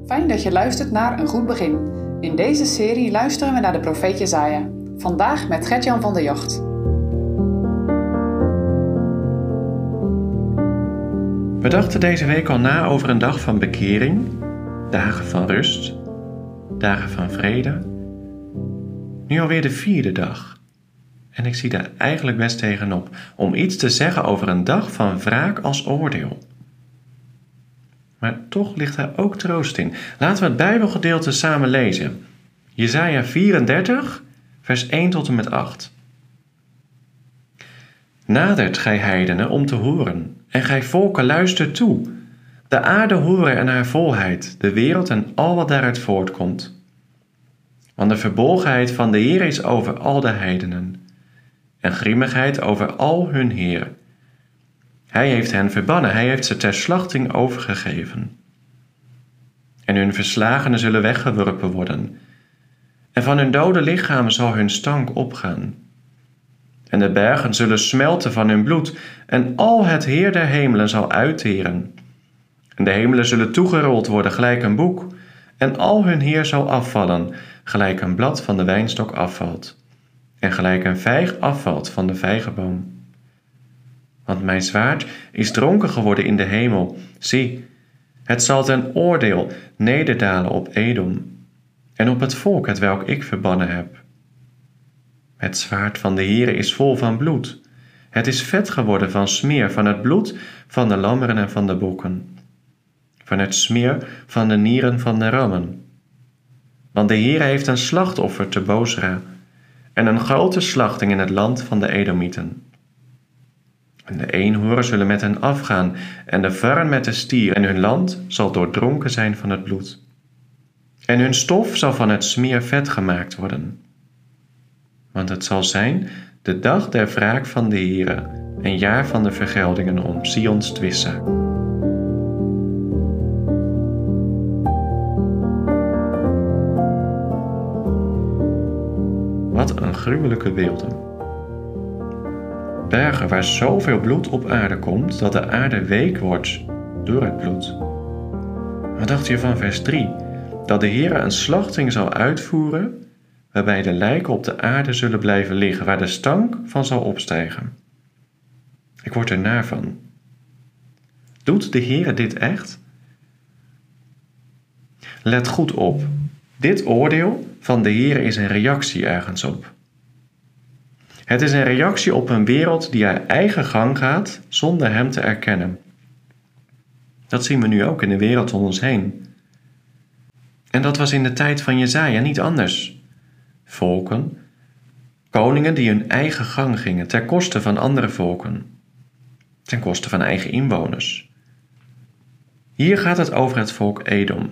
Fijn dat je luistert naar Een Goed Begin. In deze serie luisteren we naar de profeet Jesaja. Vandaag met Gert-Jan van der Jocht. We dachten deze week al na over een dag van bekering, dagen van rust, dagen van vrede. Nu alweer de 4e dag. En ik zie daar eigenlijk best tegenop om iets te zeggen over een dag van wraak als oordeel. Maar toch ligt daar ook troost in. Laten we het Bijbelgedeelte samen lezen. Jesaja 34, vers 1 tot en met 8. Nadert, gij heidenen, om te horen, en gij volken luistert toe. De aarde horen en haar volheid, de wereld en al wat daaruit voortkomt. Want de verbolgenheid van de Heer is over al de heidenen, en grimmigheid over al hun heren. Hij heeft hen verbannen, hij heeft ze ter slachting overgegeven. En hun verslagenen zullen weggeworpen worden, en van hun dode lichamen zal hun stank opgaan. En de bergen zullen smelten van hun bloed, en al het heer der hemelen zal uitteren. En de hemelen zullen toegerold worden gelijk een boek, en al hun heer zal afvallen, gelijk een blad van de wijnstok afvalt, en gelijk een vijg afvalt van de vijgenboom. Want mijn zwaard is dronken geworden in de hemel. Zie, het zal ten oordeel nederdalen op Edom, en op het volk hetwelk ik verbannen heb. Het zwaard van de Heere is vol van bloed. Het is vet geworden van smeer, van het bloed van de lammeren en van de bokken, van het smeer van de nieren van de rammen. Want de Heere heeft een slachtoffer te Bozra, en een grote slachting in het land van de Edomieten. En de eenhoornen zullen met hen afgaan, en de varren met de stier, en hun land zal doordronken zijn van het bloed. En hun stof zal van het smeer vet gemaakt worden. Want het zal zijn de dag der wraak van de Heere, een jaar van de vergeldingen om Sions twistzaak. Wat een gruwelijke beelden. Bergen waar zoveel bloed op aarde komt, dat de aarde week wordt door het bloed. Wat dacht je van vers 3? Dat de Heere een slachting zal uitvoeren, waarbij de lijken op de aarde zullen blijven liggen, waar de stank van zal opstijgen. Ik word er naar van. Doet de Heere dit echt? Let goed op. Dit oordeel van de Heere is een reactie ergens op. Het is een reactie op een wereld die haar eigen gang gaat zonder hem te erkennen. Dat zien we nu ook in de wereld om ons heen. En dat was in de tijd van Jesaja niet anders. Volken, koningen die hun eigen gang gingen ten koste van andere volken, ten koste van eigen inwoners. Hier gaat het over het volk Edom.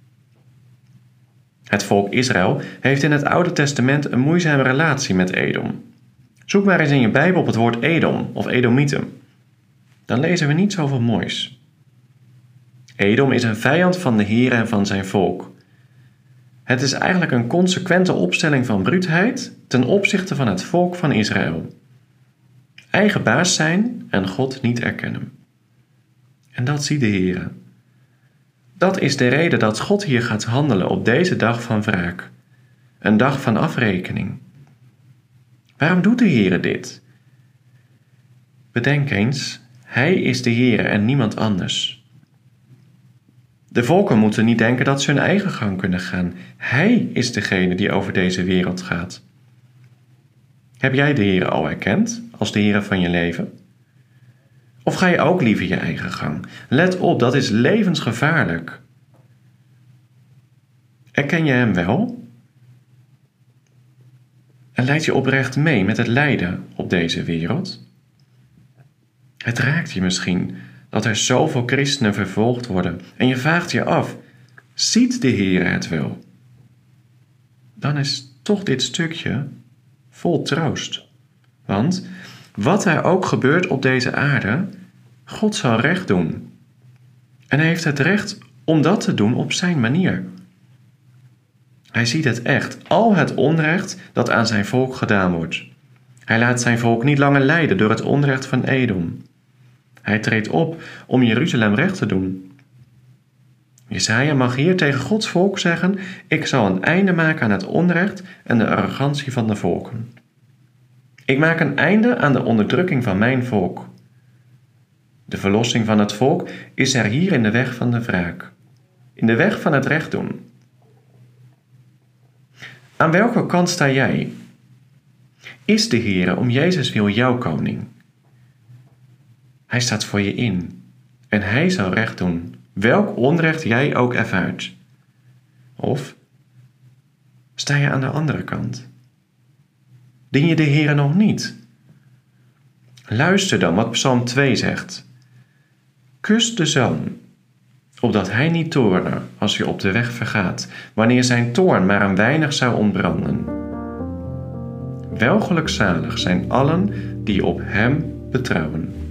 Het volk Israël heeft in het Oude Testament een moeizame relatie met Edom. Zoek maar eens in je Bijbel op het woord Edom of Edomieten. Dan lezen we niet zoveel moois. Edom is een vijand van de Heer en van zijn volk. Het is eigenlijk een consequente opstelling van bruutheid ten opzichte van het volk van Israël. Eigen baas zijn en God niet erkennen. En dat ziet de Heer. Dat is de reden dat God hier gaat handelen op deze dag van wraak. Een dag van afrekening. Waarom doet de Heer dit? Bedenk eens, Hij is de Heer en niemand anders. De volken moeten niet denken dat ze hun eigen gang kunnen gaan. Hij is degene die over deze wereld gaat. Heb jij de Heer al erkend als de Heer van je leven? Of ga je ook liever je eigen gang? Let op, dat is levensgevaarlijk. Erken je hem wel? En leid je oprecht mee met het lijden op deze wereld? Het raakt je misschien dat er zoveel christenen vervolgd worden en je vraagt je af, ziet de Heer het wel? Dan is toch dit stukje vol troost. Want wat er ook gebeurt op deze aarde, God zal recht doen. En hij heeft het recht om dat te doen op zijn manier. Hij ziet het echt, al het onrecht dat aan zijn volk gedaan wordt. Hij laat zijn volk niet langer lijden door het onrecht van Edom. Hij treedt op om Jeruzalem recht te doen. Jesaja mag hier tegen Gods volk zeggen: ik zal een einde maken aan het onrecht en de arrogantie van de volken. Ik maak een einde aan de onderdrukking van mijn volk. De verlossing van het volk is er hier in de weg van de wraak, in de weg van het recht doen. Aan welke kant sta jij? Is de Heere om Jezus wil jouw koning? Hij staat voor je in en hij zal recht doen, welk onrecht jij ook ervaart. Of sta je aan de andere kant? Dien je de Heere nog niet? Luister dan wat Psalm 2 zegt. Kus de Zoon, opdat hij niet toorne als je op de weg vergaat, wanneer zijn toorn maar een weinig zou ontbranden. Welgelukzalig zijn allen die op hem betrouwen.